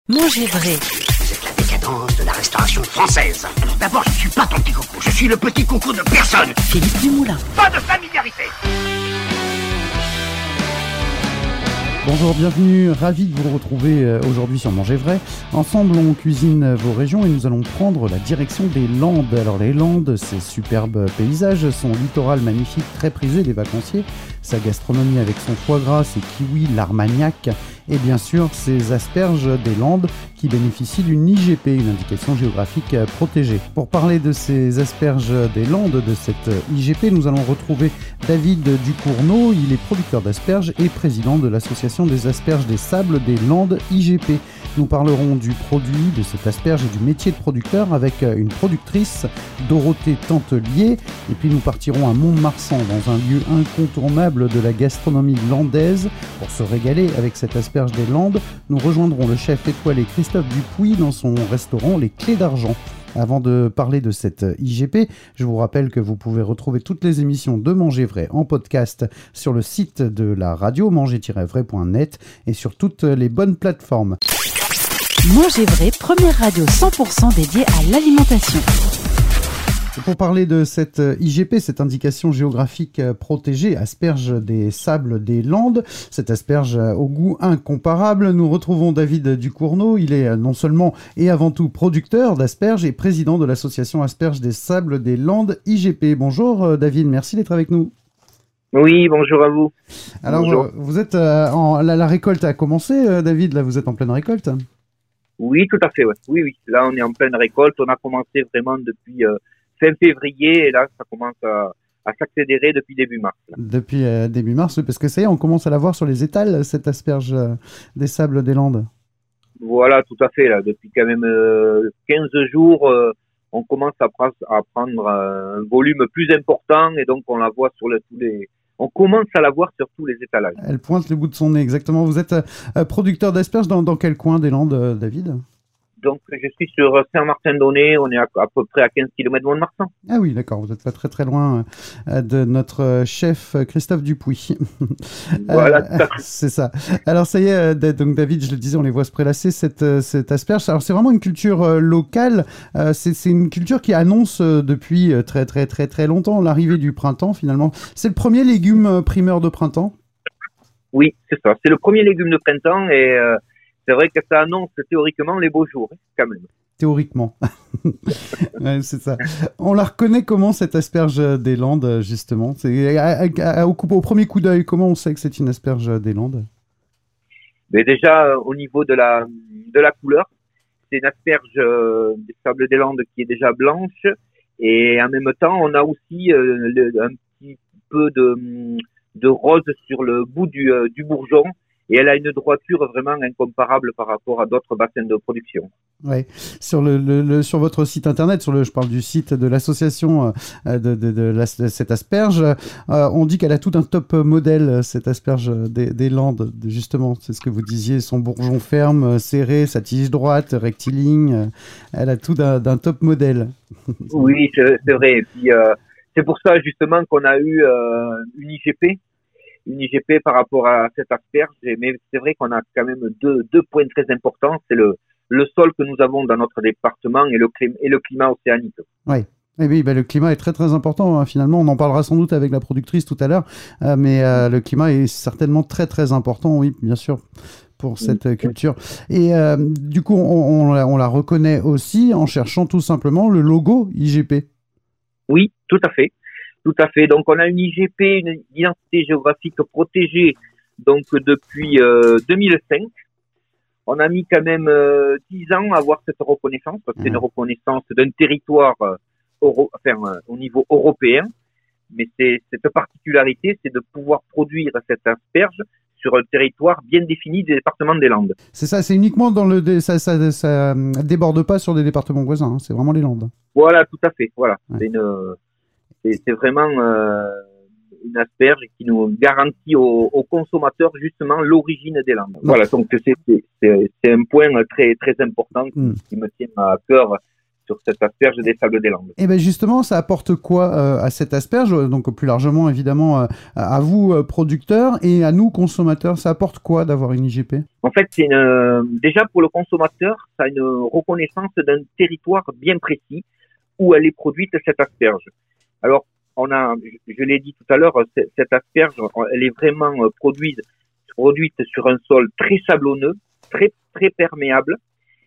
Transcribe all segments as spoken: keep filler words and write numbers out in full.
Manger vrai. C'est la décadence de la restauration française. Alors d'abord, je suis pas ton petit coucou, je suis le petit coucou de personne. Philippe Dumoulin. Pas de familiarité. Bonjour, bienvenue, ravi de vous retrouver aujourd'hui sur Manger Vrai. Ensemble, on cuisine vos régions et nous allons prendre la direction des Landes. Alors les Landes, ces superbes paysages, son littoral magnifique, très prisé des vacanciers, sa gastronomie avec son foie gras, ses kiwis, l'armagnac et bien sûr ses asperges des Landes qui bénéficient d'une I G P, une indication géographique protégée. Pour parler de ces asperges des Landes, de cette I G P, nous allons retrouver David Ducournau. Il est producteur d'asperges et président de l'association des asperges des sables des Landes I G P. Nous parlerons du produit, de cette asperge et du métier de producteur avec une productrice, Dorothée Tantelier. Et puis nous partirons à Mont-de-Marsan, dans un lieu incontournable de la gastronomie landaise. Pour se régaler avec cette asperge des Landes, nous rejoindrons le chef étoilé Christophe Dupuis dans son restaurant Les Clés d'Argent. Avant de parler de cette I G P, je vous rappelle que vous pouvez retrouver toutes les émissions de Manger Vrai en podcast sur le site de la radio manger tiret vrai point net et sur toutes les bonnes plateformes. Manger Vrai, première radio cent pour cent dédiée à l'alimentation. Pour parler de cette I G P, cette indication géographique protégée, asperge des sables des Landes, cette asperge au goût incomparable, nous retrouvons David Ducournau. Il est non seulement et avant tout producteur d'asperges et président de l'association Asperges des sables des Landes I G P. Bonjour David, merci d'être avec nous. Oui, bonjour à vous. Alors, bonjour. Vous êtes en, la, la récolte a commencé, David, là vous êtes en pleine récolte? Oui, tout à fait, ouais. oui, oui. Là on est en pleine récolte, on a commencé vraiment depuis euh, fin février et là ça commence à, à s'accélérer depuis début mars. Là. Depuis euh, début mars, parce que ça y est, on commence à la voir sur les étals, cette asperge euh, des sables des Landes. Voilà, tout à fait, là. Depuis quand même euh, quinze jours, euh, on commence à, pr- à prendre euh, un volume plus important et donc on la voit sur le, tous les... On commence à la voir sur tous les étalages. Elle pointe le bout de son nez, exactement. Vous êtes euh, producteur d'asperges dans, dans quel coin des Landes, euh, David ? Donc, je suis sur Saint-Martin-d'Aunay, on est à, à peu près à quinze kilomètres de Mont-de-Marsan. Ah oui, d'accord, vous n'êtes pas très très loin euh, de notre chef Christophe Dupuis. Voilà, euh, c'est ça. Alors ça y est, donc David, je le disais, on les voit se prélasser, cette, cette asperge. Alors c'est vraiment une culture euh, locale, euh, c'est, c'est une culture qui annonce euh, depuis très très très très longtemps l'arrivée du printemps finalement. C'est le premier légume primeur de printemps ? Oui, c'est ça, c'est le premier légume de printemps et... Euh, c'est vrai que ça annonce théoriquement les beaux jours, quand même. Théoriquement. Ouais, c'est ça. On la reconnaît comment, cette asperge des Landes, justement? C'est, à, à, à, au, coup, au premier coup d'œil, comment on sait que c'est une asperge des Landes? Mais déjà, au niveau de la, de la couleur, c'est une asperge euh, des sables des Landes qui est déjà blanche. Et en même temps, on a aussi euh, le, un petit peu de, de rose sur le bout du, euh, du bourgeon. Et elle a une droiture vraiment incomparable par rapport à d'autres bassins de production. Oui, sur, le, le, le, sur votre site internet, sur le, je parle du site de l'association euh, de, de, de, la, de cette asperge, euh, on dit qu'elle a tout un top modèle, cette asperge des, des Landes, justement. C'est ce que vous disiez, son bourgeon ferme, serré, sa tige droite, rectiligne. Euh, elle a tout d'un, d'un top modèle. Oui, c'est, c'est vrai. Et puis, euh, c'est pour ça justement qu'on a eu euh, une I G P. Une I G P par rapport à cette asperge, mais c'est vrai qu'on a quand même deux, deux points très importants, c'est le, le sol que nous avons dans notre département et le, clim, et le climat océanique. Oui. Eh oui, bah, le climat est très très important, hein, finalement. On en parlera sans doute avec la productrice tout à l'heure, euh, mais euh, le climat est certainement très très important, oui, bien sûr, pour cette mmh. culture. Et euh, du coup, on, on, la, on la reconnaît aussi en cherchant tout simplement le logo I G P. Oui, tout à fait. Tout à fait. Donc, on a une I G P, une identité géographique protégée, donc depuis euh, deux mille cinq. On a mis quand même euh, dix ans à avoir cette reconnaissance, parce que c'est une reconnaissance d'un territoire euh, euro, enfin, euh, au niveau européen. Mais c'est, cette particularité, c'est de pouvoir produire cette asperge sur un territoire bien défini des départements des Landes. C'est ça, c'est uniquement dans le... Dé... Ça, ça, ça déborde pas sur des départements voisins, hein, c'est vraiment les Landes. Voilà, tout à fait. Voilà. Ouais. C'est une... C'est, c'est vraiment euh, une asperge qui nous garantit aux, aux consommateurs justement l'origine des Landes. Voilà, donc c'est, c'est, c'est, c'est un point très très important qui, mm. qui me tient à cœur. sur cette asperge des Sables des Landes. Et bien justement, ça apporte quoi euh, à cette asperge, donc plus largement évidemment euh, à vous euh, producteurs et à nous consommateurs, ça apporte quoi d'avoir une I G P? En fait, c'est une, déjà pour le consommateur, ça a une reconnaissance d'un territoire bien précis où elle est produite, cette asperge. Alors, on a, je, je l'ai dit tout à l'heure, cette asperge, elle est vraiment produite, produite sur un sol très sablonneux, très, très perméable.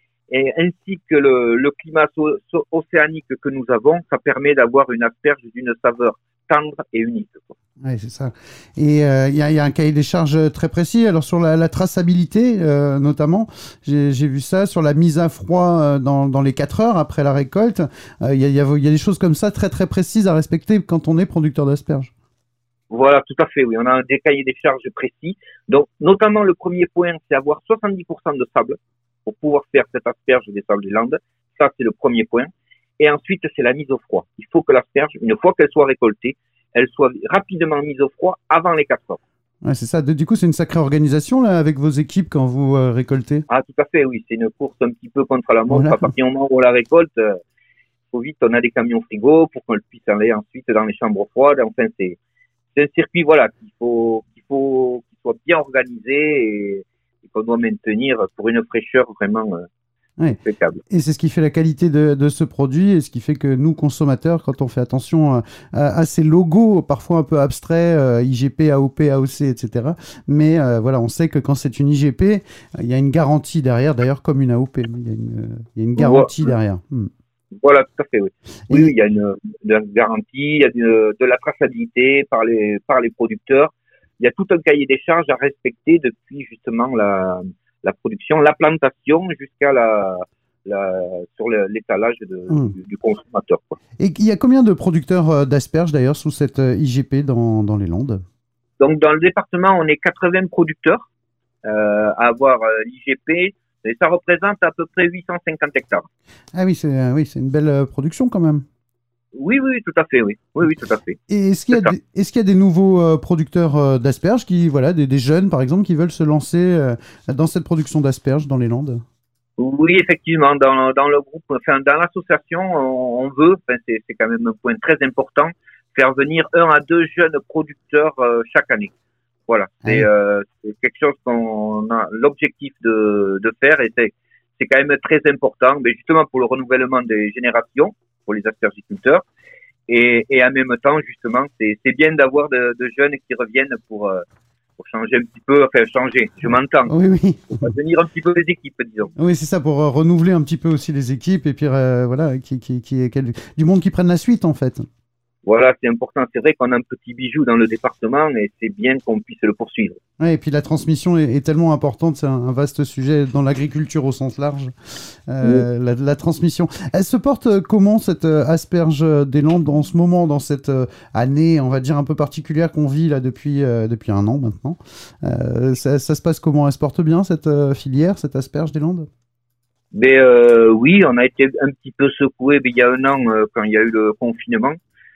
Et ainsi que le, le climat so, so, océanique que nous avons, ça permet d'avoir une asperge d'une saveur tendre et unique. Oui, c'est ça. Et il euh, y, y a un cahier des charges très précis. Alors sur la, la traçabilité, euh, notamment, j'ai, j'ai vu ça, sur la mise à froid euh, dans, dans les quatre heures après la récolte. Il euh, y, a, y, a, y a des choses comme ça très très précises à respecter quand on est producteur d'asperges. Voilà, tout à fait, oui. On a des cahiers des charges précis. Donc, notamment, le premier point, c'est avoir soixante-dix pour cent de sable pour pouvoir faire cette asperge des Sables des Landes. Ça, c'est le premier point. Et ensuite, c'est la mise au froid. Il faut que l'asperge, une fois qu'elle soit récoltée, elle soit rapidement mise au froid avant les quatre heures. Ouais, c'est ça. Du coup, c'est une sacrée organisation là avec vos équipes quand vous euh, récoltez. Ah, tout à fait, oui. C'est une course un petit peu contre la montre. Voilà. À partir du moment où on la récolte, il euh, faut vite, on a des camions frigo pour qu'on puisse aller ensuite dans les chambres froides. Enfin, c'est, c'est un circuit, voilà, qu'il faut, qu'il faut, qu'il soit bien organisé et, et qu'on doit maintenir pour une fraîcheur vraiment euh, ouais. impeccable. Et c'est ce qui fait la qualité de, de ce produit et ce qui fait que nous, consommateurs, quand on fait attention à, à ces logos parfois un peu abstraits, euh, I G P, A O P, A O C, et cetera. Mais euh, voilà, on sait que quand c'est une I G P, il y a une garantie derrière, d'ailleurs comme une A O P. Il y a une, il y a une garantie voilà. derrière. Hmm. Voilà, tout à fait, oui. Et... Oui, il y a une, une garantie, il y a de, de la traçabilité par les, par les producteurs. Il y a tout un cahier des charges à respecter depuis justement la, la production, la plantation jusqu'à la, la, sur le, l'étalage de, mmh. du, du consommateur, quoi. Et il y a combien de producteurs d'asperges d'ailleurs sous cette I G P dans, dans les Landes? Donc dans le département, on est quatre-vingts producteurs euh, à avoir euh, l'I G P. Et ça représente à peu près huit cent cinquante hectares. Ah oui, c'est, euh, oui, c'est une belle euh, production quand même. Oui, oui, tout à fait, oui. Oui, oui, tout à fait. Et est-ce qu'il y a, des, est-ce qu'il y a des nouveaux euh, producteurs euh, d'asperges, qui, voilà, des, des jeunes par exemple, qui veulent se lancer euh, dans cette production d'asperges dans les Landes? Oui, effectivement, dans, dans le groupe, enfin, dans l'association, on, on veut, enfin, c'est, c'est quand même un point très important, faire venir un à deux jeunes producteurs euh, chaque année. Voilà, c'est, ah oui. euh, c'est quelque chose qu'on a l'objectif de, de faire et c'est, c'est quand même très important, mais justement pour le renouvellement des générations, pour les aspergiculteurs, et, et en même temps, justement, c'est, c'est bien d'avoir de, de jeunes qui reviennent pour, euh, pour changer un petit peu, enfin changer, je m'entends, oui, oui. pour venir un petit peu les équipes, disons. Oui, c'est ça, pour euh, renouveler un petit peu aussi les équipes et puis euh, voilà, qui, qui, qui, qui, du monde qui prenne la suite en fait. Voilà, c'est important. C'est vrai qu'on a un petit bijou dans le département et c'est bien qu'on puisse le poursuivre. Ouais, et puis la transmission est, est tellement importante, c'est un, un vaste sujet dans l'agriculture au sens large. Euh, oui. la, la transmission. Elle se porte comment cette asperge des Landes en ce moment, dans cette année, on va dire un peu particulière qu'on vit là depuis euh, depuis un an maintenant. Euh, ça, ça se passe comment? Elle se porte bien cette euh, filière, cette asperge des Landes? Mais euh, oui, on a été un petit peu secoué il y a un an euh, quand il y a eu le confinement.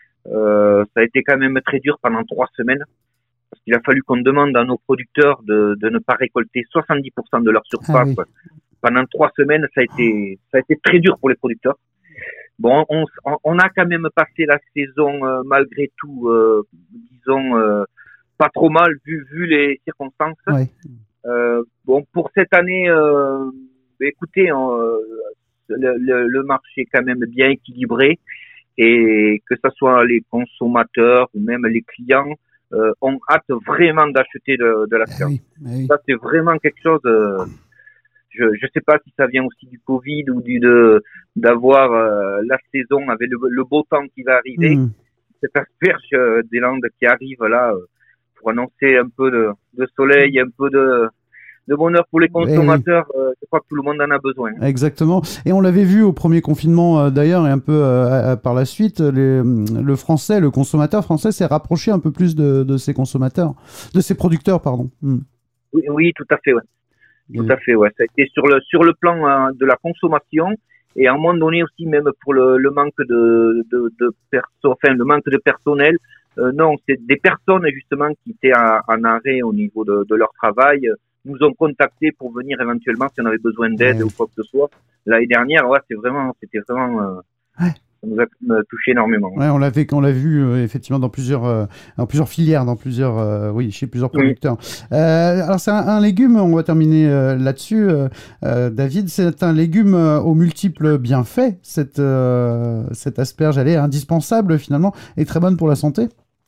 Euh, ça a été quand même très dur pendant trois semaines parce qu'il a fallu qu'on demande à nos producteurs de, de ne pas récolter soixante-dix pour cent de leur surface. Ah oui. Pendant trois semaines, ça a été ça a été très dur pour les producteurs. Bon, on, on a quand même passé la saison euh, malgré tout, euh, disons euh, pas trop mal vu vu les circonstances. Oui. Euh, bon, pour cette année, euh, écoutez, on, le, le, le marché est quand même bien équilibré. Et que ce soit les consommateurs ou même les clients, euh, ont hâte vraiment d'acheter de, de la ferme. Oui, oui. Ça, c'est vraiment quelque chose, euh, je ne sais pas si ça vient aussi du Covid ou du, de, d'avoir euh, la saison avec le, le beau temps qui va arriver. Mmh. Cette asperge euh, des Landes qui arrive là euh, pour annoncer un peu de, de soleil, un peu de... de bonheur pour les consommateurs, oui. euh, je crois que tout le monde en a besoin. Exactement. Et on l'avait vu au premier confinement euh, d'ailleurs, et un peu euh, par la suite, les, le français, le consommateur français s'est rapproché un peu plus de, de ses consommateurs, de ses producteurs, pardon. Mm. Oui, oui, tout à fait, ouais. Tout oui. à fait, ouais. Ça a été sur le sur le plan euh, de la consommation et à un moment donné aussi même pour le, le manque de de, de perso, enfin le manque de personnel. Euh, non, c'est des personnes justement qui étaient en, en arrêt au niveau de, de leur travail. Nous ont contactés pour venir éventuellement si on avait besoin d'aide oui. ou quoi que ce soit. l'année dernière, ouais, c'est vraiment, c'était vraiment, euh, ouais. ça nous a euh, touché énormément. Ouais, on l'avait, on l'a vu euh, effectivement dans plusieurs, euh, dans plusieurs filières, dans plusieurs, euh, oui, chez plusieurs producteurs. Oui. Euh, alors c'est un, un légume, on va terminer euh, là-dessus, euh, euh, David. C'est un légume euh, aux multiples bienfaits. Cette, euh, cette asperge, elle est indispensable finalement et très bonne pour la santé.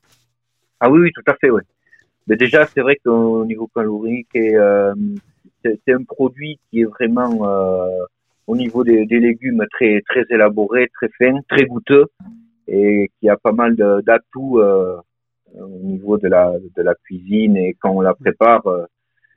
Ah oui, oui, tout à fait, oui. Mais déjà, c'est vrai qu'au niveau calorique, et, euh, c'est, c'est un produit qui est vraiment euh, au niveau des, des légumes très très élaboré, très fin, très goûteux et qui a pas mal de, d'atouts euh, au niveau de la de la cuisine et quand on la prépare. Euh,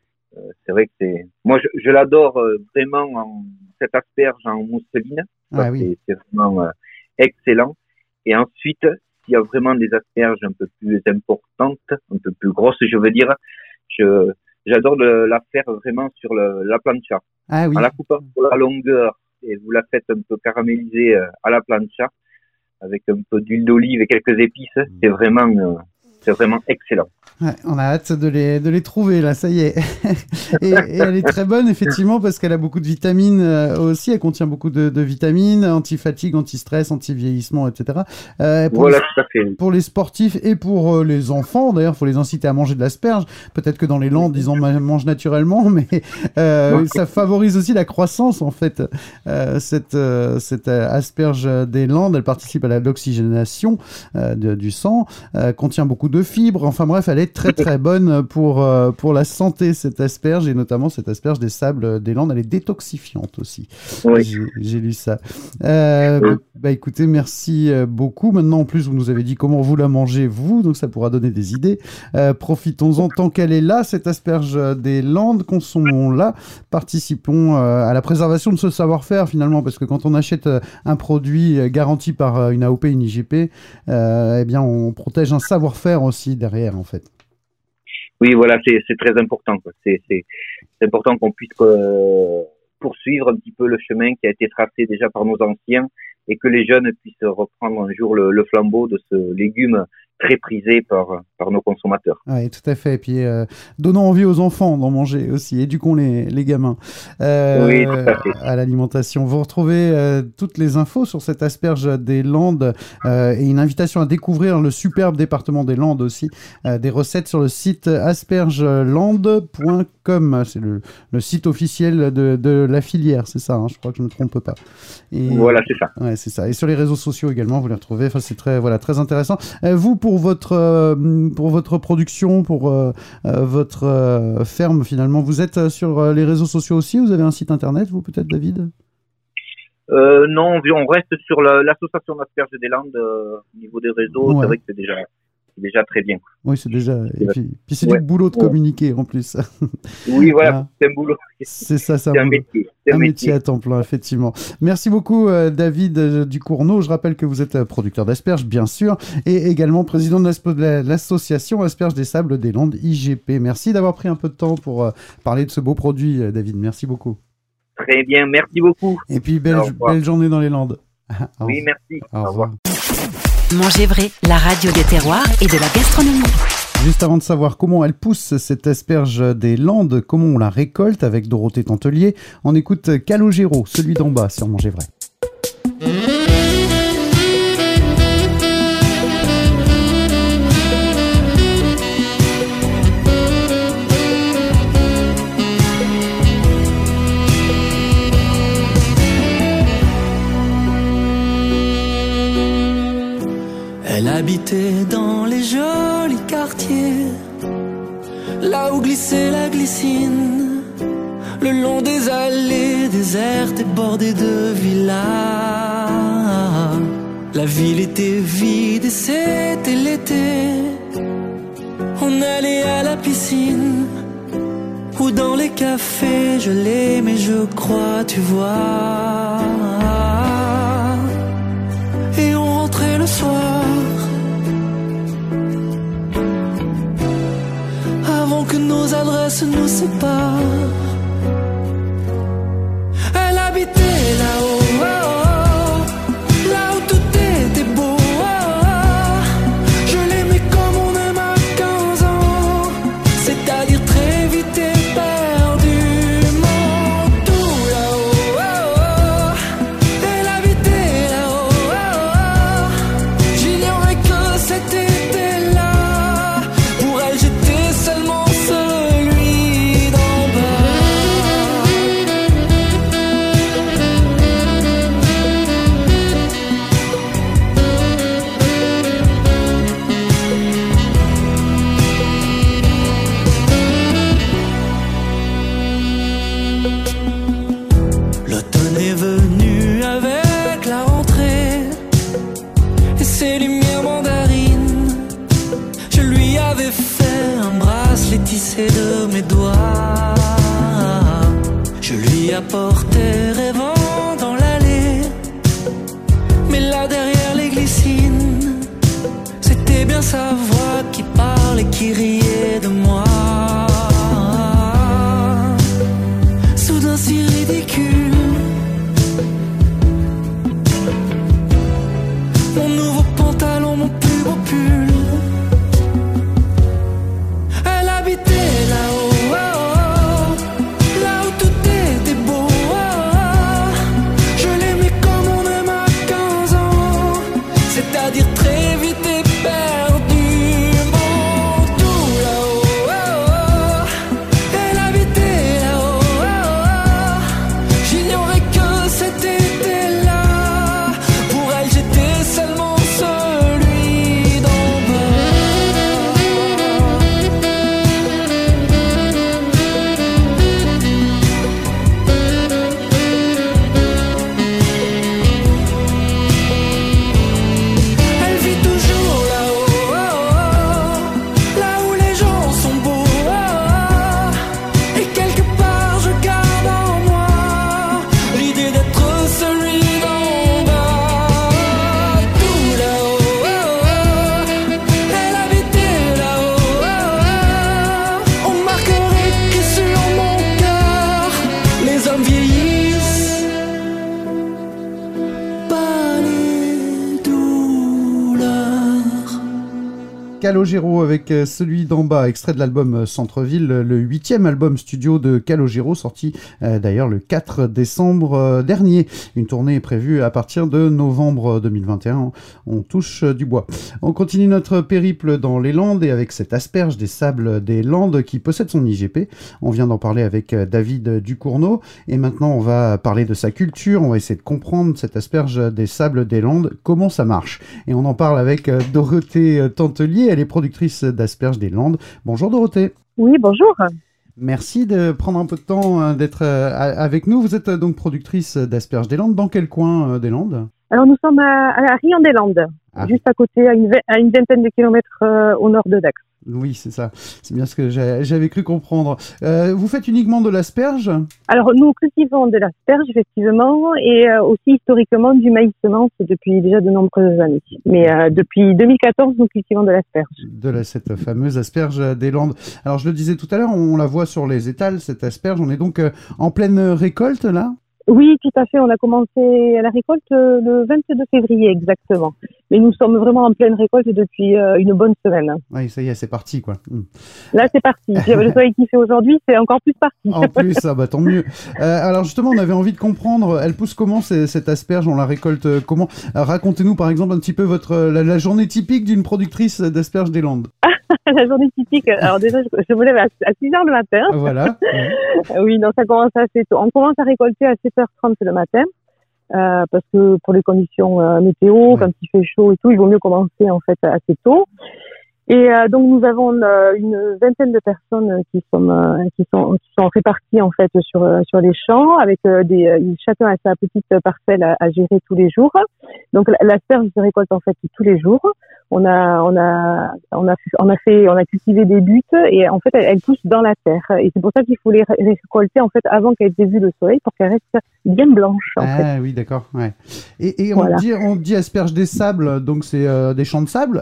c'est vrai que c'est. Moi, je, je l'adore euh, vraiment en cette asperge en mousseline. Ça, ah, oui. c'est, c'est vraiment euh, excellent. Et ensuite, s'il y a vraiment des asperges un peu plus importantes, un peu plus grosses, je veux dire, je j'adore le, la faire vraiment sur le, la plancha. Ah oui. En la coupant pour la longueur et vous la faites un peu caraméliser à la plancha avec un peu d'huile d'olive et quelques épices, c'est vraiment euh, c'est vraiment excellent. Ouais, on a hâte de les, de les trouver, là, ça y est. et, et elle est très bonne, effectivement, parce qu'elle a beaucoup de vitamines euh, aussi. Elle contient beaucoup de, de vitamines, anti-fatigue, anti-stress, anti-vieillissement, et cetera. Euh, pour voilà, les, tout à fait. Pour les sportifs et pour euh, les enfants, d'ailleurs, il faut les inciter à manger de l'asperge. Peut-être que dans les Landes, ils en mangent naturellement, mais euh, ça favorise aussi la croissance, en fait. Euh, cette, euh, cette asperge des Landes, elle participe à la, l'oxygénation euh, de, du sang, euh, contient beaucoup de fibres. Enfin bref, elle est très très bonne pour, euh, pour la santé, cette asperge, et notamment cette asperge des sables des Landes. Elle est détoxifiante aussi. Oui. J'ai, j'ai lu ça. Euh, oui. Bah écoutez, merci beaucoup. Maintenant, en plus, vous nous avez dit comment vous la mangez, vous, donc ça pourra donner des idées. Euh, profitons-en tant qu'elle est là, cette asperge des Landes, consommons-la, participons euh, à la préservation de ce savoir-faire finalement, parce que quand on achète un produit garanti par une A O P, une I G P, euh, eh bien on protège un savoir-faire aussi derrière en fait. Oui, voilà, c'est, c'est très important. Quoi. C'est, c'est, c'est important qu'on puisse euh, poursuivre un petit peu le chemin qui a été tracé déjà par nos anciens et que les jeunes puissent reprendre un jour le, le flambeau de ce légume très prisé par, par nos consommateurs. Oui, tout à fait. Et puis, euh, donnons envie aux enfants d'en manger aussi. Éduquons les, les gamins euh, oui, tout à fait. à l'alimentation. Vous retrouvez euh, toutes les infos sur cette asperge des Landes euh, et une invitation à découvrir le superbe département des Landes aussi. Euh, des recettes sur le site aspergelandes point com. C'est le, le site officiel de, de la filière, c'est ça, hein, je crois que je ne me trompe pas. Et, voilà, c'est ça. Ouais, c'est ça. Et sur les réseaux sociaux également, vous les retrouvez. Enfin, c'est très, voilà, très intéressant. Euh, vous, pour votre, euh, pour votre production, pour euh, euh, votre euh, ferme, finalement, vous êtes sur euh, les réseaux sociaux aussi? Vous avez un site internet, vous, peut-être, David? euh, Non, on reste sur la, l'association d'asperges des Landes euh, au niveau des réseaux. Ouais. C'est vrai que c'est déjà... déjà très bien. Oui, c'est déjà. Et puis, puis c'est ouais. du boulot de ouais. communiquer en plus. Oui, voilà, voilà, c'est un boulot. C'est ça, c'est un, c'est un boulot. métier. C'est un, un métier. métier à temps plein, effectivement. Merci beaucoup, euh, David euh, Ducournau. Je rappelle que vous êtes producteur d'asperges, bien sûr, et également président de l'association Asperges des Sables des Landes, I G P. Merci d'avoir pris un peu de temps pour euh, parler de ce beau produit, euh, David. Merci beaucoup. Très bien, merci beaucoup. Et puis, belle, belle journée dans les Landes. Oui, merci. Au, Au revoir. revoir. Manger vrai, la radio des terroirs et de la gastronomie. Juste avant de savoir comment elle pousse, cette asperge des Landes, comment on la récolte avec Dorothée Tantelier, on écoute Calogero, celui d'en bas sur Manger vrai. Elle habitait dans les jolis quartiers, là où glissait la glycine, le long des allées désertes et bordées de villas. La ville était vide et c'était l'été. On allait à la piscine ou dans les cafés, je l'aimais, je crois, tu vois. Et on rentrait le soir avant que nos adresses nous séparent. Elle habitait là-haut, oh, oh, là où tout était beau, oh, oh. Je l'aimais comme on aime à quinze ans, c'est-à-dire très vite et perdument. Tout là-haut, oh, marchait rêvant dans l'allée. Mais là derrière les glycines, c'était bien sa voix qui parlait, qui riait de moi. Soudain si ridicule, mon nouveau pantalon, mon plus beau pull. Elle habitait là-haut, oh, oh, là où tout était beau, oh, oh. Je l'aimais comme on aime à quinze ans, c'est-à-dire très vite et perdu. Bon, tout là-haut, oh, oh. Elle habitait là-haut, oh, oh. J'ignorais que c'était là. Pour elle j'étais seulement celui d'en bas. Elle vit toujours là-haut, oh, oh, là où les gens sont beaux, oh, oh. Et quelque part je garde en moi l'idée d'être celui d'en bas. Tout là-haut, oh, oh. Elle habitait là-haut, oh, oh. On marquerait que sur mon cœur les hommes vieillissent, pas les douleurs. Calogero avec euh, celui d'en bas, extrait de l'album euh, Centre-Ville, le huitième album studio de Calogero, sorti euh, d'ailleurs le quatre décembre euh, dernier. Une tournée est prévue à partir de novembre deux mille vingt et un. On touche euh, du bois. On continue notre périple dans les Landes et avec cette asperge des sables des Landes qui possède son I G P. On vient d'en parler avec euh, David Ducournau et maintenant on va parler de sa culture. On va essayer de comprendre cette asperge des sables des Landes, comment ça marche. Et on en parle avec euh, Dorothée euh, Tantelier. Elle est productrice d'asperges des Landes. Bonjour Dorothée. Oui, bonjour. Merci de prendre un peu de temps euh, d'être euh, a- avec nous. Vous êtes euh, donc productrice d'asperges des Landes. Dans quel coin euh, des Landes? Alors nous sommes à, à Rion-des-Landes, Ah. juste à côté, à une, vai- à une vingtaine de kilomètres euh, au nord de Dax. Oui, c'est ça. C'est bien ce que j'a- j'avais cru comprendre. Euh, vous faites uniquement de l'asperge? Alors nous cultivons de l'asperge effectivement et euh, aussi historiquement du maïs semence depuis déjà de nombreuses années. Mais euh, depuis deux mille quatorze, nous cultivons de l'asperge. De la, cette fameuse asperge des Landes. Alors je le disais tout à l'heure, on la voit sur les étals, cette asperge. On est donc euh, en pleine récolte là? Oui, tout à fait. On a commencé la récolte euh, le vingt-deux février exactement. Mais nous sommes vraiment en pleine récolte depuis euh, une bonne semaine. Oui, ça y est, c'est parti quoi. Hmm. Là, c'est parti. Puis, le soleil qui fait aujourd'hui, c'est encore plus parti. En plus, ah bah tant mieux. Euh, alors justement, on avait envie de comprendre, elle pousse comment c'est- cette asperge, on la récolte euh, comment? Euh, Racontez-nous par exemple un petit peu votre euh, la, la journée typique d'une productrice d'asperges des Landes. La journée typique. Alors déjà, je, je me lève à, à six heures le matin. Voilà. Euh, Oui, non, ça commence assez tôt. On commence à récolter à sept heures trente le matin. Euh, parce que pour les conditions euh, météo, Ouais. quand il fait chaud et tout, il vaut mieux commencer en fait assez tôt. Et euh, donc nous avons euh, une vingtaine de personnes qui sont euh, qui sont qui sont réparties en fait sur euh, sur les champs avec euh, des euh, chacun a sa petite parcelle à, à gérer tous les jours. Donc la- l'asperge se récolte en fait tous les jours. On a on a on a on a fait on a cultivé des buttes et en fait elles, elles poussent dans la terre et c'est pour ça qu'il faut les ré- récolter en fait avant qu'elles aient vu le soleil pour qu'elles restent bien blanches en fait. Ah oui, d'accord. Ouais. Et, et on Voilà. dit on dit asperge des sables, donc c'est euh, des champs de sable.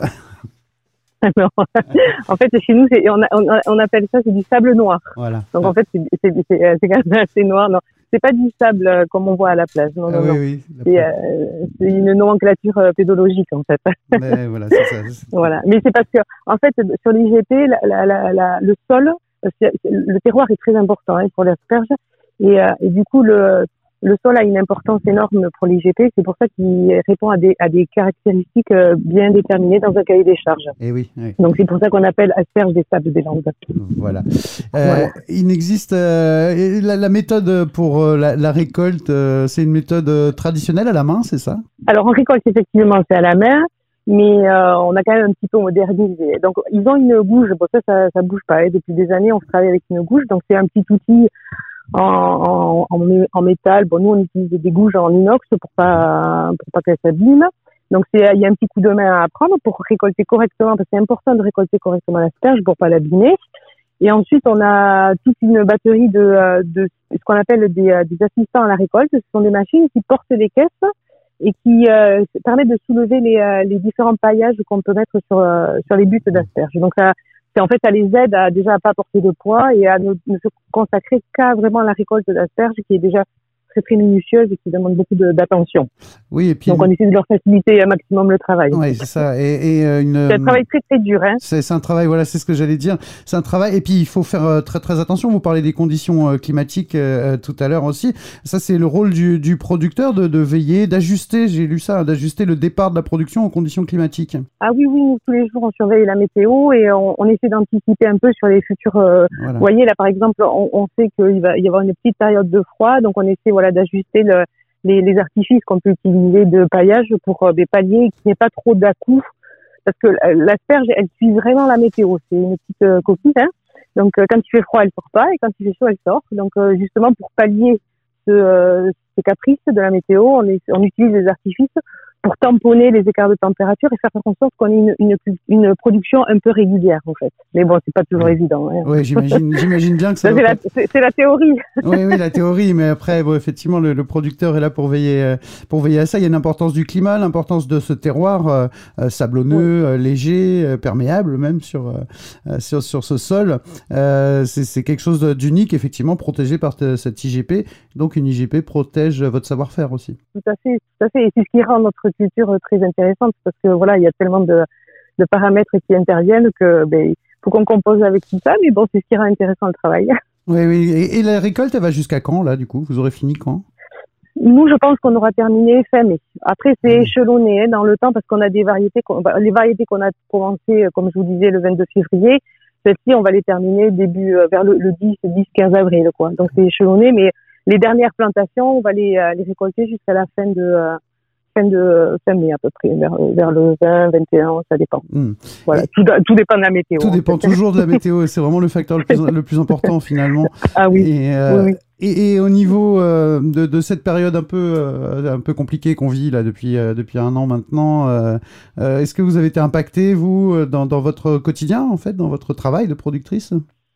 Non. En fait, chez nous, c'est, on, a- on, a- on appelle ça c'est du sable noir. Voilà. Donc en fait, c'est, c'est, c'est, euh, c'est quand même assez noir. Non, c'est pas du sable euh, comme on voit à la plage. Non, Ah non, oui, non. oui. C'est, euh, c'est une nomenclature euh, pédologique en fait. Mais voilà, c'est ça. Voilà. Mais c'est parce que en fait, sur l'I G P, la, la, la, la- le sol, euh, c'est- c'est- le terroir est très important hein, pour l'asperge. Et, euh, et du coup, le le sol a une importance énorme pour l'I G P. C'est pour ça qu'il répond à des, à des caractéristiques euh, bien déterminées dans un cahier des charges. Et oui, oui. Donc c'est pour ça qu'on appelle asperge des sables des Landes. Voilà. Euh, Voilà. Il n'existe euh, la, la méthode pour euh, la, la récolte, euh, c'est une méthode euh, traditionnelle à la main, c'est ça? Alors on récolte effectivement, c'est à la main, mais euh, on a quand même un petit peu modernisé. Donc ils ont une gouge, bon ça, ça, ça bouge pas. Hein. Depuis des années, on travaille avec une gouge, donc c'est un petit outil en, en, en, mé- en métal. Bon, nous on utilise des gouges en inox pour pas pour pas qu'elles s'abîment. Donc c'est il y a un petit coup de main à prendre pour récolter correctement, parce que c'est important de récolter correctement l'asperge pour pas l'abîmer. Et ensuite, on a toute une batterie de, de ce qu'on appelle des, des assistants à la récolte. Ce sont des machines qui portent des caisses et qui euh, permettent de soulever les, les différents paillages qu'on peut mettre sur, sur les buttes d'asperges. Donc, ça, c'est en fait, ça les aide à déjà à pas porter de poids et à ne, ne se consacrer qu'à vraiment la récolte d'asperges, qui est déjà très très minutieuse et qui demande beaucoup de, d'attention. Oui, et puis donc on essaie de leur faciliter un maximum le travail. Oui, c'est ça. Et, et une, c'est un travail très très dur. Hein. C'est, c'est un travail, voilà, c'est ce que j'allais dire. C'est un travail, et puis il faut faire euh, très très attention. Vous parlez des conditions euh, climatiques euh, tout à l'heure aussi. Ça, c'est le rôle du, du producteur de, de veiller, d'ajuster. J'ai lu ça, d'ajuster le départ de la production aux conditions climatiques. Ah oui, oui, nous, tous les jours on surveille la météo et on, on essaie d'anticiper un peu sur les futurs. Euh, voilà. Vous voyez là, par exemple, on, on sait qu'il va y avoir une petite période de froid, donc on essaie voilà d'ajuster le, les, les artifices qu'on peut utiliser de paillage pour euh, des palliers qu'il n'y ait pas trop d'à-coups, parce que l'asperge elle suit vraiment la météo, c'est une petite euh, coquille, hein. Donc euh, quand il fait froid elle sort pas et quand il fait chaud elle sort. Donc euh, justement pour pallier ce, euh, ces caprices de la météo, on, est, on utilise des artifices pour tamponner les écarts de température et faire en sorte qu'on ait une, une, une production un peu régulière en fait. Mais bon, c'est pas toujours oui. évident. Hein. Oui, j'imagine, j'imagine bien que ça. ça c'est, la, pas... c'est, c'est la théorie. Oui, oui, la théorie, mais après, bon, effectivement, le, le producteur est là pour veiller, pour veiller à ça. Il y a une importance du climat, l'importance de ce terroir euh, euh, sablonneux, oui. euh, léger, euh, perméable même sur euh, sur sur ce sol. Euh, c'est, c'est quelque chose d'unique, effectivement, protégé par t- cette I G P. Donc, une I G P protège votre savoir-faire aussi. Tout à fait, tout à fait. Et c'est ce qui rend notre culture très intéressante parce que voilà, il y a tellement de, de paramètres qui interviennent que ben, faut qu'on compose avec tout ça, mais bon, c'est ce qui rend intéressant le travail. Oui, oui. Et, et la récolte, elle va jusqu'à quand là, du coup? Vous aurez fini quand? Nous, je pense qu'on aura terminé fin mai. Après, c'est mmh. échelonné hein, dans le temps parce qu'on a des variétés, qu'on, les variétés qu'on a commencé, comme je vous disais, le vingt-deux février. Celles-ci, on va les terminer début euh, vers le, le dix, quinze avril, quoi. Donc c'est échelonné, mais les dernières plantations, on va les, euh, les récolter jusqu'à la fin de euh, fin de fin mai à peu près, vers, vers le vingt, vingt et un, ça dépend. Mmh. Voilà, tout, tout dépend de la météo. Tout dépend fait. toujours de la météo, et c'est vraiment le facteur le plus, le plus important finalement. Ah oui. Et, euh, oui, oui. Et, et au niveau euh, de, de cette période un peu euh, un peu compliquée qu'on vit là depuis euh, depuis un an maintenant, euh, euh, est-ce que vous avez été impacté vous dans dans votre quotidien en fait, dans votre travail de productrice?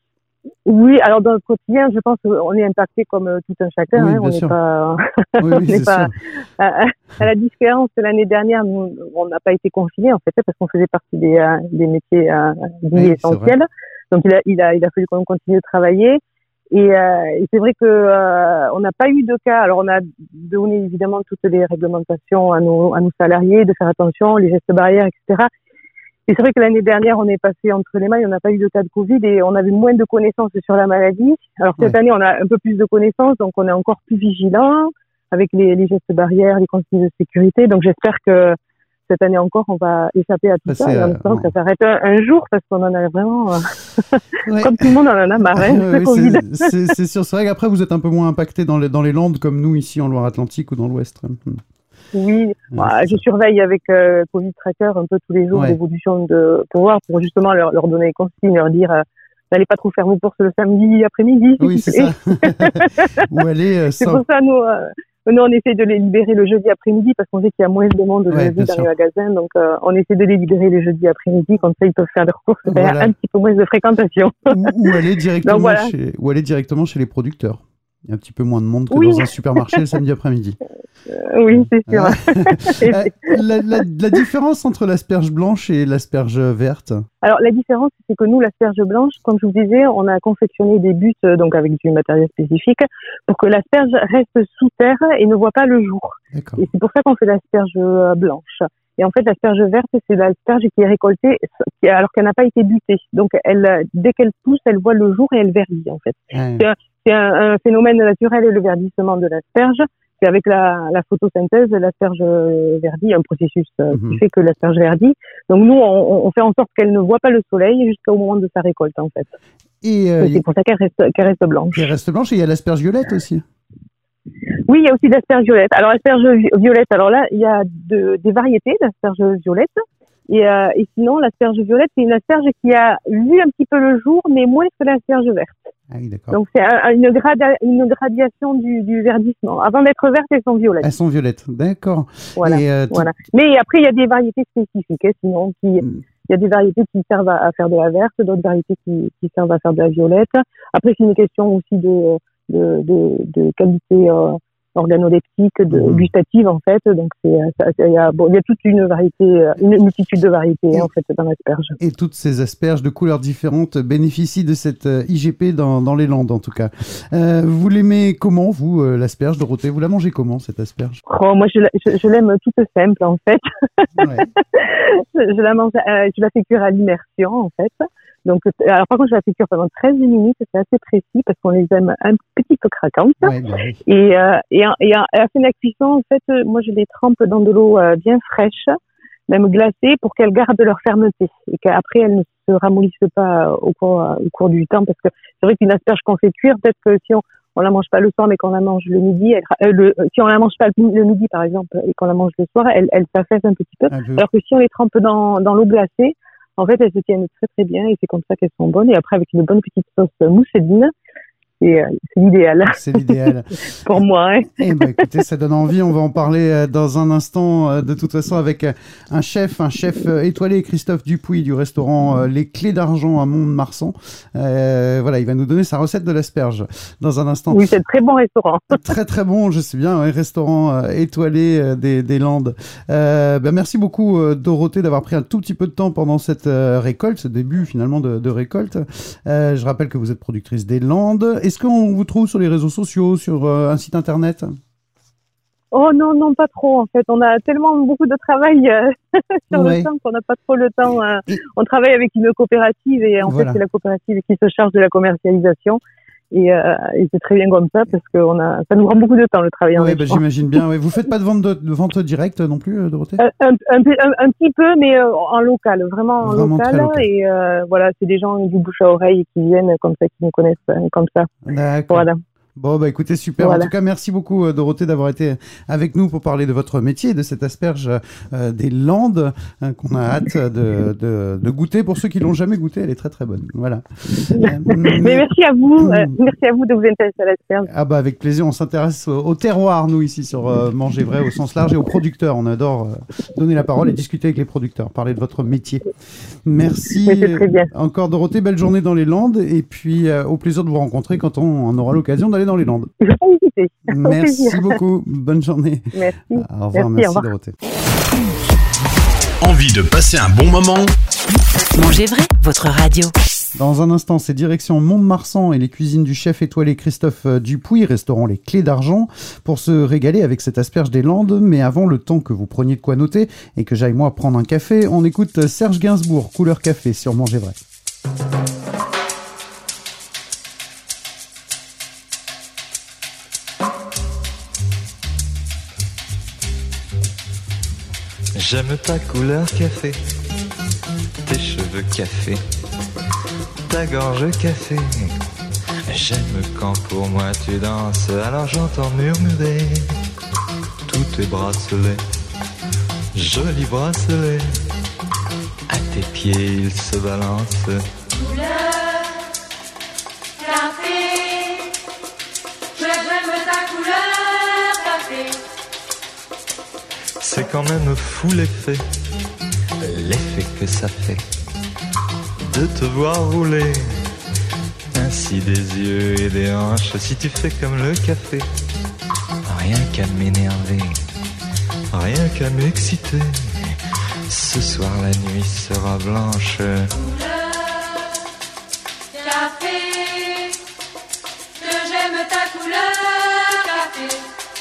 Oui, alors dans le quotidien, je pense qu'on est impacté comme euh, tout un chacun. Oui, hein, on n'est pas, oui, on oui, n'est pas à, à la différence de l'année dernière. Nous, on n'a pas été confinés en fait parce qu'on faisait partie des euh, des métiers euh, dits oui, essentiels. Donc il a il a il a fallu qu'on continue de travailler. Et, euh, et c'est vrai que euh, on n'a pas eu de cas. Alors on a donné évidemment toutes les réglementations à nos à nos salariés de faire attention, les gestes barrières, et cetera. Et c'est vrai que l'année dernière, on est passé entre les mailles, on n'a pas eu de cas de Covid et on avait moins de connaissances sur la maladie. Alors cette ouais. année, on a un peu plus de connaissances, donc on est encore plus vigilant avec les, les gestes barrières, les consignes de sécurité. Donc j'espère que cette année encore, on va échapper à tout ça. Et en espérant que ça s'arrête un, un jour parce qu'on en a vraiment, euh, ouais. comme tout le monde en a marre, hein, euh, oui, Covid. C'est, c'est, c'est sûr, c'est vrai qu'après vous êtes un peu moins impacté dans les, dans les Landes comme nous ici en Loire-Atlantique ou dans l'Ouest. Oui, ouais, bah, je surveille avec euh, Covid Tracker un peu tous les jours ouais. l'évolution de pouvoir pour justement leur, leur donner les consignes, leur dire euh, n'allez pas trop faire vos courses le samedi après-midi. Oui, c'est ça. Ou aller. Euh, c'est pour ça nous, euh, nous on essaie de les libérer le jeudi après-midi parce qu'on sait qu'il y a moins de monde le ouais, jeudi dans sûr. les magasins, donc euh, on essaie de les libérer le jeudi après-midi, comme ça ils peuvent faire leurs courses, voilà. Il y a un petit peu moins de fréquentation. ou, ou aller directement donc, voilà. chez, ou aller directement chez les producteurs. Il y a un petit peu moins de monde que oui. dans un supermarché le samedi après-midi. Euh, oui, c'est sûr. euh, la, la, la différence entre l'asperge blanche et l'asperge verte? Alors, la différence, c'est que nous, l'asperge blanche, comme je vous disais, on a confectionné des buttes, donc avec du matériel spécifique, pour que l'asperge reste sous terre et ne voit pas le jour. D'accord. Et c'est pour ça qu'on fait l'asperge blanche. Et en fait, l'asperge verte, c'est l'asperge qui est récoltée alors qu'elle n'a pas été butée. Donc, elle, dès qu'elle pousse, elle voit le jour et elle verdit, en fait. Ouais. C'est, un, c'est un, un phénomène naturel, le verdissement de l'asperge. C'est avec la, la photosynthèse, l'asperge verdit, un processus mm-hmm. qui fait que l'asperge verdit. Donc, nous, on, on fait en sorte qu'elle ne voit pas le soleil jusqu'au moment de sa récolte, en fait. Et, euh, et c'est a... pour ça qu'elle reste, qu'elle reste blanche. Elle reste blanche et il y a l'asperge violette aussi. Oui, il y a aussi l'asperge violette. Alors, l'asperge violette, alors là, il y a de, des variétés d'asperge violette. Et, euh, et sinon, l'asperge violette, c'est une asperge qui a vu un petit peu le jour, mais moins que l'asperge verte. Ah oui, d'accord. Donc, c'est un, une, grada, une gradation du, du verdissement. Avant d'être vertes, elles sont violettes. Elles sont violettes, d'accord. Voilà. Et euh, voilà. Mais après, il y a des variétés spécifiques, hein, sinon, qui, mm. il y a des variétés qui servent à, à faire de la verte, d'autres variétés qui, qui servent à faire de la violette. Après, c'est une question aussi de, de, de, de qualité euh, organoleptique, de mmh. gustative en fait. Donc, c'est, il y a, bon, il y a toute une variété, une multitude de variétés hein, en fait dans l'asperge. Et toutes ces asperges de couleurs différentes bénéficient de cette I G P dans, dans les Landes en tout cas. Euh, vous l'aimez comment vous euh, l'asperge, Dorothée? Vous la mangez comment cette asperge? Oh, moi je, je, je l'aime toute simple en fait. Ouais. je la mange, euh, je la fais cuire à l'immersion en fait. Donc, alors par contre, je la fais cuire pendant treize minutes, c'est assez précis parce qu'on les aime un petit peu craquantes. Ouais, bah oui. Et, euh, et, et à la fin de la cuisson, en fait, moi je les trempe dans de l'eau euh, bien fraîche, même glacée, pour qu'elles gardent leur fermeté et qu'après elles ne se ramollissent pas au cours, au cours du temps. Parce que c'est vrai qu'une asperge qu'on fait cuire, peut-être que si on on la mange pas le soir, mais qu'on la mange le midi, elle, euh, le, si on la mange pas le midi par exemple et qu'on la mange le soir, elle, elle s'affaisse un petit peu. Un peu. Alors que si on les trempe dans, dans l'eau glacée, en fait, elles se tiennent très très bien et c'est comme ça qu'elles sont bonnes. Et après, avec une bonne petite sauce mousseline, c'est, c'est l'idéal. C'est l'idéal. Pour moi. Hein. Eh ben, écoutez, ça donne envie. On va en parler dans un instant, de toute façon, avec un chef, un chef étoilé, Christophe Dupuis, du restaurant Les Clés d'Argent à Mont-de-Marsan. Euh, voilà, il va nous donner sa recette de l'asperge dans un instant. Oui, c'est un très bon restaurant. Très très bon, je sais bien, un restaurant étoilé des, des Landes. Euh, ben, merci beaucoup, Dorothée, d'avoir pris un tout petit peu de temps pendant cette récolte, ce début finalement de, de récolte. Euh, je rappelle que vous êtes productrice des Landes. Est-ce qu'on vous trouve sur les réseaux sociaux, sur euh, un site internet? Oh non, non, pas trop en fait. On a tellement beaucoup de travail euh, sur ouais. le temps qu'on n'a pas trop le temps. Euh, et... On travaille avec une coopérative et en voilà. fait c'est la coopérative qui se charge de la commercialisation. Et, euh, et c'est très bien comme ça parce que on a, ça nous prend beaucoup de temps le travail. Oui, bah, j'imagine bien. Ouais. Vous faites pas de vente, de, de vente directe non plus, Dorothée? un, un, un, un, un petit peu, mais euh, en local, vraiment en vraiment local. local. Et euh, voilà, c'est des gens du bouche à oreille qui viennent comme ça, qui nous connaissent euh, comme ça. D'accord. Voilà. Bon, bah écoutez, super. Voilà. En tout cas, merci beaucoup, Dorothée, d'avoir été avec nous pour parler de votre métier, de cette asperge euh, des Landes hein, qu'on a hâte de, de, de goûter. Pour ceux qui l'ont jamais goûté, elle est très très bonne. Voilà. mais, mais merci à vous, euh, merci à vous de vous intéresser à l'asperge. Ah bah avec plaisir. On s'intéresse au, au terroir, nous ici sur euh, Manger Vrai au sens large et aux producteurs. On adore euh, donner la parole et discuter avec les producteurs, parler de votre métier. Merci. Oui, c'est très bien. Encore Dorothée, belle journée dans les Landes et puis euh, au plaisir de vous rencontrer quand on, on aura l'occasion d'aller dans les Landes. Je vais pas hésiter. Merci beaucoup. Bonne journée. Merci. Au revoir. Merci, merci au revoir. Dorothée. Envie de passer un bon moment? Manger Vrai, votre radio. Dans un instant, c'est direction Mont-de-Marsan et les cuisines du chef étoilé Christophe Dupuis, restaurant Les Clés d'Argent, pour se régaler avec cette asperge des Landes. Mais avant, le temps que vous preniez de quoi noter et que j'aille moi prendre un café, on écoute Serge Gainsbourg, Couleur Café sur Manger Vrai. J'aime ta couleur café, tes cheveux café, ta gorge café. J'aime quand pour moi tu danses, alors j'entends murmurer tous tes bracelets, jolis bracelets. À tes pieds ils se balancent. Couleur café, j'aime ta couleur café. C'est quand même fou l'effet, l'effet que ça fait de te voir rouler ainsi des yeux et des hanches. Si tu fais comme le café, rien qu'à m'énerver, rien qu'à m'exciter. Ce soir la nuit sera blanche. Couleur café, que j'aime ta couleur café.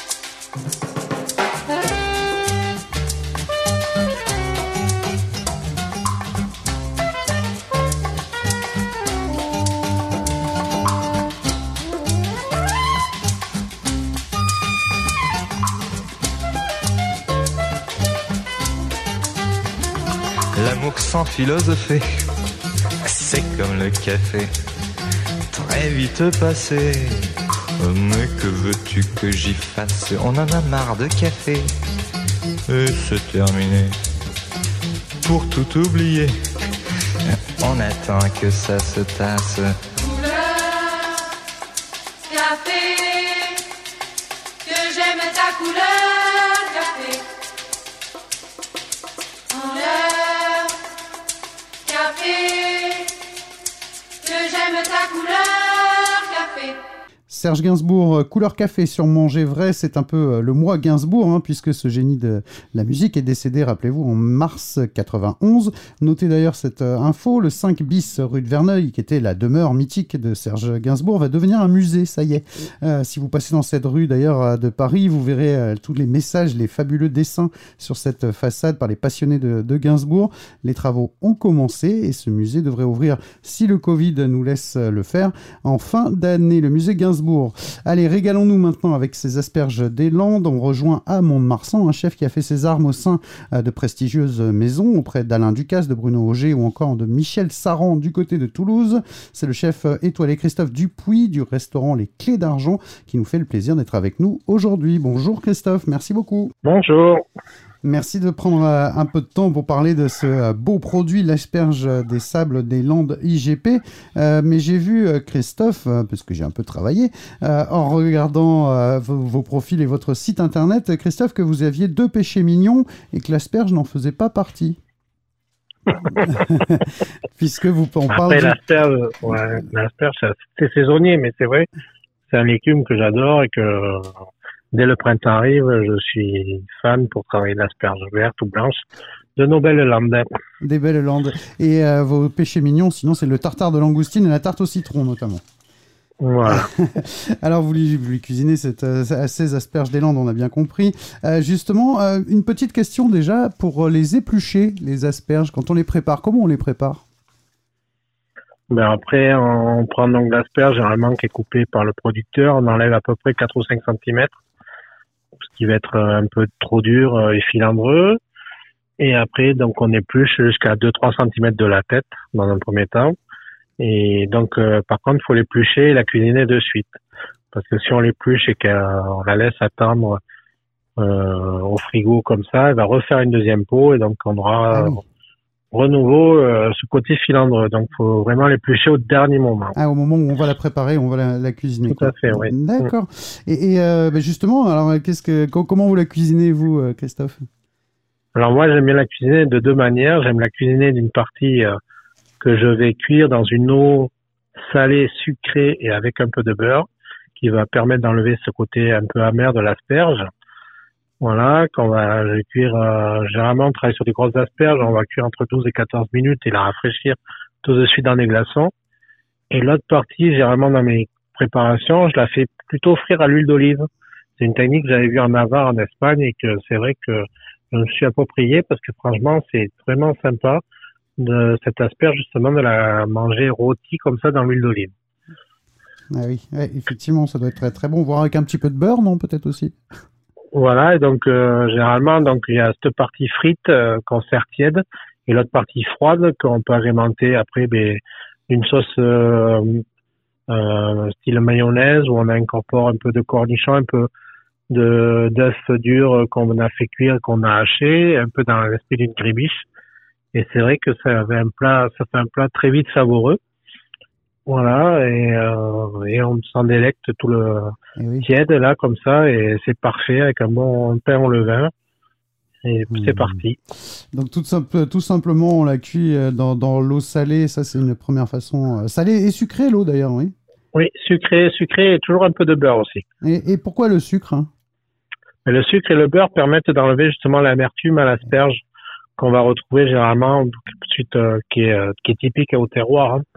L'amour sans philosopher, c'est comme le café, très vite passé. Mais que veux-tu que j'y fasse? On en a marre de café, et c'est terminé. Pour tout oublier, on attend que ça se tasse. Couleur café, que j'aime ta couleur café. En l'heure j'aime ta couleur café. Serge Gainsbourg, couleur café sur Manger Vrai, c'est un peu le mois Gainsbourg, hein, puisque ce génie de la musique est décédé, rappelez-vous, en mars quatre-vingt-onze. Notez d'ailleurs cette info, le cinq bis rue de Verneuil, qui était la demeure mythique de Serge Gainsbourg, va devenir un musée, ça y est. Euh, si vous passez dans cette rue d'ailleurs de Paris, vous verrez euh, tous les messages, les fabuleux dessins sur cette façade par les passionnés de, de Gainsbourg. Les travaux ont commencé et ce musée devrait ouvrir, si le Covid nous laisse le faire, en fin d'année. Le musée Gainsbourg. Allez, régalons-nous maintenant avec ces asperges des Landes. On rejoint à Mont-de-Marsan, un chef qui a fait ses armes au sein de prestigieuses maisons auprès d'Alain Ducasse, de Bruno Auger ou encore de Michel Saran du côté de Toulouse. C'est le chef étoilé Christophe Dupuis du restaurant Les Clés d'Argent qui nous fait le plaisir d'être avec nous aujourd'hui. Bonjour Christophe, merci beaucoup. Bonjour. Merci de prendre euh, un peu de temps pour parler de ce euh, beau produit, l'asperge des sables des Landes I G P. Euh, mais j'ai vu, euh, Christophe, euh, parce que j'ai un peu travaillé, euh, en regardant euh, vos, vos profils et votre site internet, Christophe, que vous aviez deux péchés mignons et que l'asperge n'en faisait pas partie. Puisque vous on parle. Après, de... l'asperge, ouais, l'asperge, c'est saisonnier, mais c'est vrai, c'est un légume que j'adore et que. Dès le printemps arrive, je suis fan pour travailler l'asperge verte ou blanche de nos belles Landes. Des belles Landes. Et euh, vos péchés mignons, sinon, c'est le tartare de langoustine et la tarte au citron, notamment. Voilà. Alors, vous lui, vous lui cuisinez cette, euh, ces asperges des Landes, on a bien compris. Euh, justement, euh, une petite question déjà pour les éplucher, les asperges, quand on les prépare, comment on les prépare ? Ben après, on prend donc l'asperge, généralement, qui est coupée par le producteur. On enlève à peu près quatre ou cinq centimètres. Ce qui va être un peu trop dur et filandreux. Et après, donc, on épluche jusqu'à deux à trois centimètres de la tête, dans un premier temps. Et donc, euh, par contre, il faut l'éplucher et la cuisiner de suite. Parce que si on l'épluche et qu'on la laisse attendre euh, au frigo comme ça, elle va refaire une deuxième peau et donc on aura ah oui. renouveau euh, ce côté filandreux. Donc, il faut vraiment l'éplucher au dernier moment. Ah, au moment où on va la préparer, on va la, la cuisiner. Tout quoi. à fait, oui. D'accord. Et, et euh, ben justement, alors, qu'est-ce que, comment vous la cuisinez, vous, Christophe ? Alors moi, j'aime bien la cuisiner de deux manières. J'aime la cuisiner d'une partie euh, que je vais cuire dans une eau salée, sucrée et avec un peu de beurre, qui va permettre d'enlever ce côté un peu amer de l'asperge. Voilà, qu'on va je vais cuire, euh, généralement on travaille sur des grosses asperges, on va cuire entre douze et quatorze minutes et la rafraîchir tout de suite dans des glaçons. Et l'autre partie, généralement dans mes préparations, je la fais plutôt frire à l'huile d'olive. C'est une technique que j'avais vue en Navarre, en Espagne, et que c'est vrai que je me suis approprié parce que franchement, c'est vraiment sympa de cette asperge, justement, de la manger rôtie comme ça dans l'huile d'olive. Ah oui, ouais, effectivement, ça doit être très très bon, voire avec un petit peu de beurre, non, peut-être aussi. Voilà, et donc euh, généralement, donc il y a cette partie frite euh, qu'on sert tiède et l'autre partie froide qu'on peut agrémenter après ben, une sauce euh, euh, style mayonnaise où on incorpore un peu de cornichon, un peu de d'œuf dur qu'on a fait cuire, qu'on a haché, un peu dans l'esprit d'une grébiche. Et c'est vrai que ça fait un plat, ça fait un plat très vite savoureux. Voilà, et, euh, et on s'en délecte tout le eh oui. tiède là comme ça, et c'est parfait avec un bon pain au levain. Et mmh. c'est parti. Donc tout, simple, tout simplement, on la cuit dans, dans l'eau salée. Ça, c'est une première façon. Salée et sucrée, l'eau d'ailleurs, oui. Oui, sucré, sucré et toujours un peu de beurre aussi. Et, et pourquoi le sucre hein Mais le sucre et le beurre permettent d'enlever justement l'amertume à l'asperge qu'on va retrouver généralement, suite, euh, qui, est, euh, qui est typique au terroir. Hein.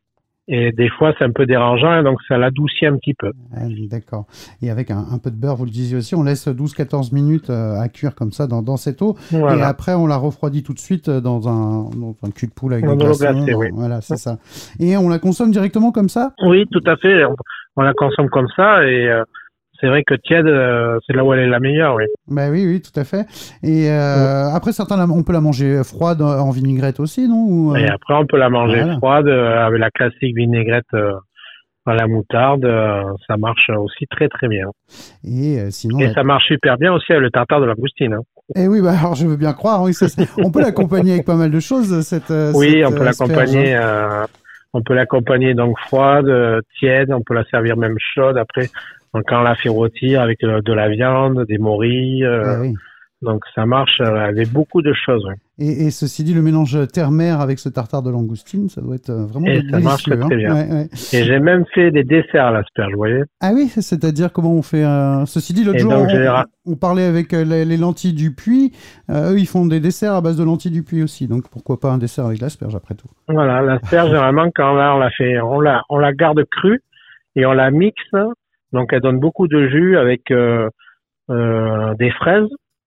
Et des fois, c'est un peu dérangeant, donc ça l'adoucit un petit peu. Ah, d'accord. Et avec un, un peu de beurre, vous le disiez aussi, on laisse douze à quatorze minutes euh, à cuire comme ça dans, dans cette eau. Voilà. Et après, on la refroidit tout de suite dans un, dans un cul de poule avec des glaçons. Glacé, oui. Voilà, c'est ça. Et on la consomme directement comme ça ? Oui, tout à fait. On, on la consomme comme ça et... Euh, c'est vrai que tiède, euh, c'est là où elle est la meilleure, oui. Bah oui, oui, tout à fait. Et euh, oui. Après, certains, on peut la manger froide en vinaigrette aussi, non Ou, euh... Et après, on peut la manger voilà. froide euh, avec la classique vinaigrette euh, à la moutarde. Euh, ça marche aussi très, très bien. Et euh, sinon, Et la... ça marche super bien aussi avec le tartare de langoustine. Hein. Eh oui, bah alors je veux bien croire. Oui, ça, on peut l'accompagner avec pas mal de choses. Cette, oui, cette, on peut l'accompagner. Euh, on peut l'accompagner donc froide, euh, tiède. On peut la servir même chaude après. Donc, quand on la fait rôtir avec de, de la viande, des morilles, euh, ah oui. donc ça marche avec beaucoup de choses. Oui. Et, et ceci dit, le mélange terre-mer avec ce tartare de langoustine, ça doit être vraiment Et délicieux. ça marche très, très bien. Hein. Ouais, ouais. Et j'ai même fait des desserts à l'asperge, vous voyez. Ah oui, c'est-à-dire comment on fait euh... Ceci dit, l'autre Et jour, donc, on, j'ai... on parlait avec les, les lentilles du Puy. Euh, eux, ils font des desserts à base de lentilles du Puy aussi. Donc, pourquoi pas un dessert avec l'asperge après tout. Voilà, l'asperge, généralement, quand là, on la fait, on la, on la garde crue et on la mixe. Donc, elle donne beaucoup de jus avec euh, euh, des fraises.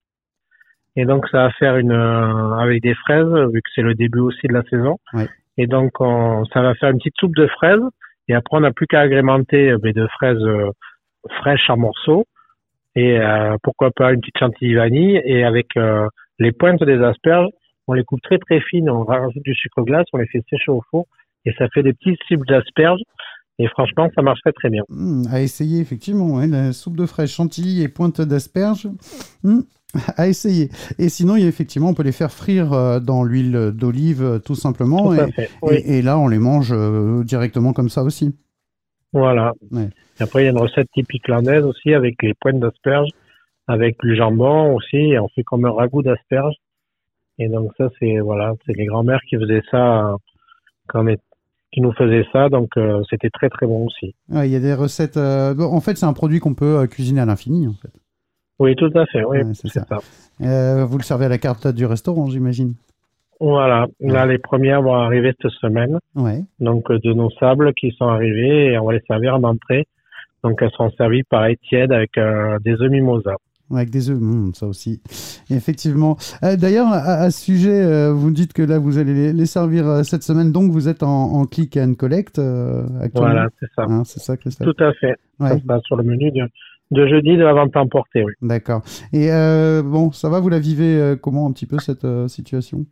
Et donc, ça va faire une euh, avec des fraises, vu que c'est le début aussi de la saison. Ouais. Et donc, on, ça va faire une petite soupe de fraises. Et après, on n'a plus qu'à agrémenter euh, de fraises euh, fraîches en morceaux. Et euh, pourquoi pas une petite chantilly vanille. Et avec euh, les pointes des asperges, on les coupe très très fines. On rajoute du sucre glace, on les fait sécher au four. Et ça fait des petits cibles d'asperges. Et franchement, ça marcherait très bien. Mmh, à essayer, effectivement. Ouais, la soupe de fraises, chantilly et pointe d'asperges. Mmh. À essayer. Et sinon, il y a, effectivement, on peut les faire frire euh, dans l'huile d'olive, euh, tout simplement. Tout à et, fait, oui. et, et là, on les mange euh, directement comme ça aussi. Voilà. Ouais. Et après, il y a une recette typique landaise aussi avec les pointes d'asperges, avec du jambon aussi. Et on fait comme un ragoût d'asperges. Et donc ça, c'est voilà, c'est les grands-mères qui faisaient ça, euh, quand on est, qui nous faisaient ça. Donc euh, c'était très très bon aussi. Ouais, il y a des recettes. Euh... Bon, en fait, c'est un produit qu'on peut euh, cuisiner à l'infini, en fait. Oui, tout à fait. Oui, ouais, c'est, c'est ça. ça. Euh, vous le servez à la carte du restaurant, j'imagine. Voilà. Là, ouais. Les premières vont arriver cette semaine. Ouais. Donc, de nos sables qui sont arrivés et on va les servir en entrée. Donc, elles seront servies pareil tièdes avec euh, des œufs mimosa. Ouais, avec des œufs, mmh, ça aussi. Et effectivement. Euh, d'ailleurs, à, à ce sujet, euh, vous dites que là, vous allez les, les servir euh, cette semaine. Donc, vous êtes en, en click and collect euh, actuellement. Voilà, c'est ça. Hein, c'est ça, Christophe. Tout à fait. Ouais. Ça se passe sur le menu de... de jeudi de la vente emportée, oui. D'accord. Et euh, bon, ça va, vous la vivez euh, comment un petit peu cette euh, situation?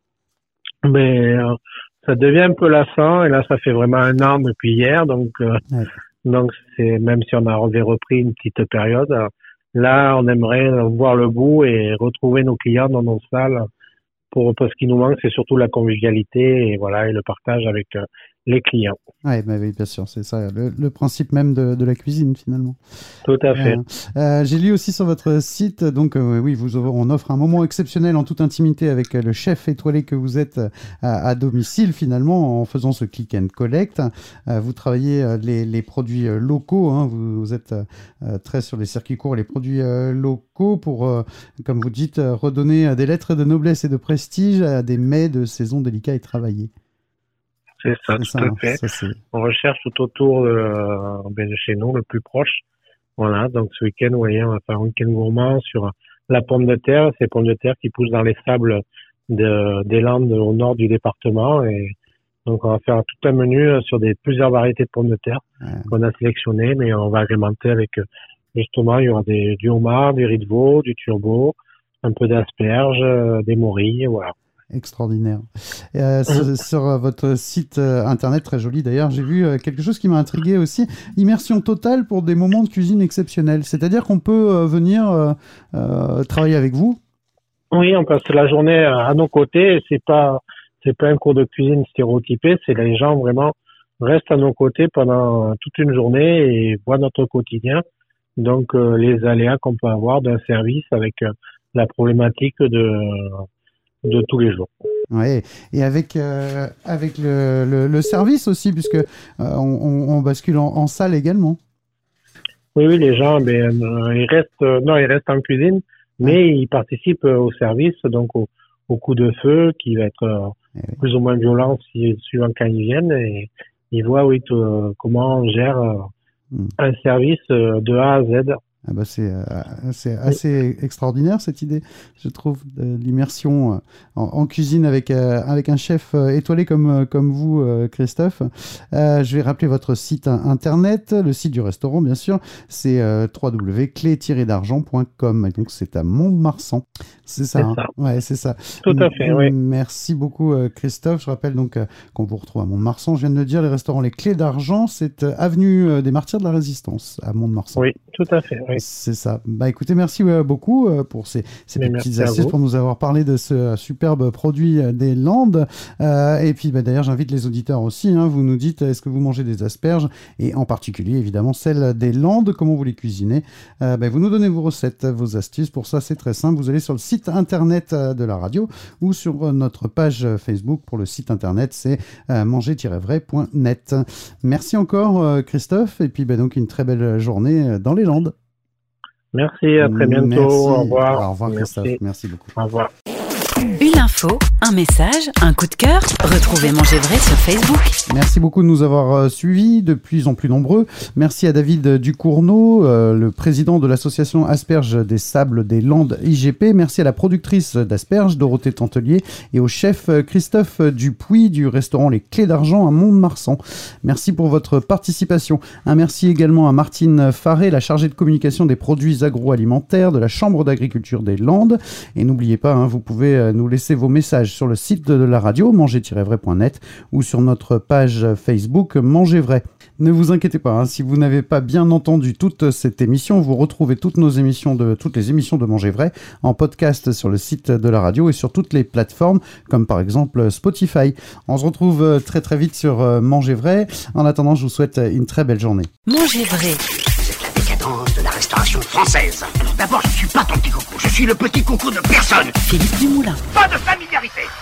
Mais euh, ça devient un peu lassant et là, ça fait vraiment un an depuis hier, donc euh, ouais. donc c'est même si on a repris une petite période, euh, là, on aimerait voir le bout et retrouver nos clients dans nos salles. Pour, parce qu'il nous manque, c'est surtout la convivialité et voilà et le partage avec euh, les clients. Ouais, bah oui, bien sûr, c'est ça, le, le principe même de, de la cuisine finalement. Tout à fait. Euh, euh, j'ai lu aussi sur votre site, donc euh, oui, vous, on offre un moment exceptionnel en toute intimité avec le chef étoilé que vous êtes à, à domicile finalement en faisant ce click and collect. Euh, vous travaillez euh, les, les produits euh, locaux, hein, vous, vous êtes euh, très sur les circuits courts, les produits euh, locaux pour, euh, comme vous dites, euh, redonner des lettres de noblesse et de prestige à des mets de saison délicats et travaillés. C'est ça, c'est tout ça, à fait. Ça, c'est... On recherche tout autour euh, ben, de chez nous, le plus proche. Voilà, donc ce week-end, vous voyez, on va faire un week-end gourmand sur la pomme de terre. Ces pommes de terre qui poussent dans les sables de, des Landes au nord du département. Et donc, on va faire tout un menu sur des plusieurs variétés de pommes de terre ouais. qu'on a sélectionnées, mais on va agrémenter avec, justement, il y aura des, du homard, du riz de veau, du turbo, un peu d'asperges, des morilles, voilà. Extraordinaire. Euh, sur, sur votre site euh, internet, très joli d'ailleurs, j'ai vu euh, quelque chose qui m'a intrigué aussi. Immersion totale pour des moments de cuisine exceptionnels. C'est-à-dire qu'on peut euh, venir euh, euh, travailler avec vous? Oui, on passe la journée à nos côtés. C'est pas, c'est pas un cours de cuisine stéréotypé. C'est les gens vraiment restent à nos côtés pendant toute une journée et voient notre quotidien. Donc euh, les aléas qu'on peut avoir d'un service avec euh, la problématique de de tous les jours. Ouais, et avec euh, avec le, le, le service aussi, puisque euh, on, on bascule en, en salle également. Oui, oui, les gens, ben, euh, ils restent, euh, non, ils restent en cuisine, mais ouais. ils participent euh, au service, donc au, au coup de feu, qui va être euh, oui. plus ou moins violent si, suivant quand ils viennent, et ils voient, oui, tout, euh, comment on gère euh, hmm. un service euh, de A à Z. Ah bah c'est, euh, c'est assez oui. extraordinaire cette idée, je trouve, de l'immersion en, en cuisine avec, euh, avec un chef étoilé comme, comme vous, euh, Christophe. Euh, je vais rappeler votre site internet, le site du restaurant bien sûr, c'est euh, w w w point clé tiret d'argent point com, et donc c'est à Mont-de-Marsan. C'est ça, c'est hein. ça. Ouais, c'est ça. Tout à fait, M- oui. Merci beaucoup Christophe. Je rappelle donc euh, qu'on vous retrouve à Mont-de-Marsan. Je viens de le dire, les restaurants Les Clés d'Argent, c'est euh, avenue des Martyrs de la Résistance à Mont-de-Marsan. Oui, tout à fait. Oui. C'est ça. Bah écoutez, merci euh, beaucoup euh, pour ces, ces Mais petites merci à astuces, vous. pour nous avoir parlé de ce euh, superbe produit euh, des Landes. Euh, et puis bah, d'ailleurs, j'invite les auditeurs aussi. Hein, vous nous dites, est-ce que vous mangez des asperges? Et en particulier, évidemment, celles des Landes. Comment vous les cuisinez? euh, bah, Vous nous donnez vos recettes, vos astuces. Pour ça, c'est très simple. Vous allez sur le site internet euh, de la radio ou sur euh, notre page euh, Facebook. Pour le site internet, c'est euh, manger tiret vrai point net. Merci encore, euh, Christophe. Et puis bah, donc une très belle journée euh, dans les Landes. Merci, à très bientôt. Merci. Au revoir. Au revoir, Christophe. Merci. Merci beaucoup. Au revoir. Une info, un message, un coup de cœur. Retrouvez Manger Vrai sur Facebook. Merci beaucoup de nous avoir euh, suivis, de plus en plus nombreux. Merci à David Ducournau, euh, le président de l'association Asperges des Sables des Landes I G P. Merci à la productrice d'Asperges, Dorothée Tantelier, et au chef euh, Christophe Dupuis du restaurant Les Clés d'Argent à Mont-de-Marsan. Merci pour votre participation. Un merci également à Martine Faré, la chargée de communication des produits agroalimentaires de la Chambre d'agriculture des Landes. Et n'oubliez pas, hein, vous pouvez euh, nous laisser vos messages sur le site de la radio, manger tiret vrai point net, ou sur notre page Facebook Manger Vrai. Ne vous inquiétez pas, hein, si vous n'avez pas bien entendu toute cette émission, vous retrouvez toutes nos émissions de toutes les émissions de Manger Vrai en podcast sur le site de la radio et sur toutes les plateformes, comme par exemple Spotify. On se retrouve très très vite sur Manger Vrai. En attendant, je vous souhaite une très belle journée. Manger Vrai. Vous êtes la décadence de la restauration française. Alors d'abord, je suis pas ton petit coucou, je suis le petit coucou de personne. Philippe Dumoulin. Pas de familiarité.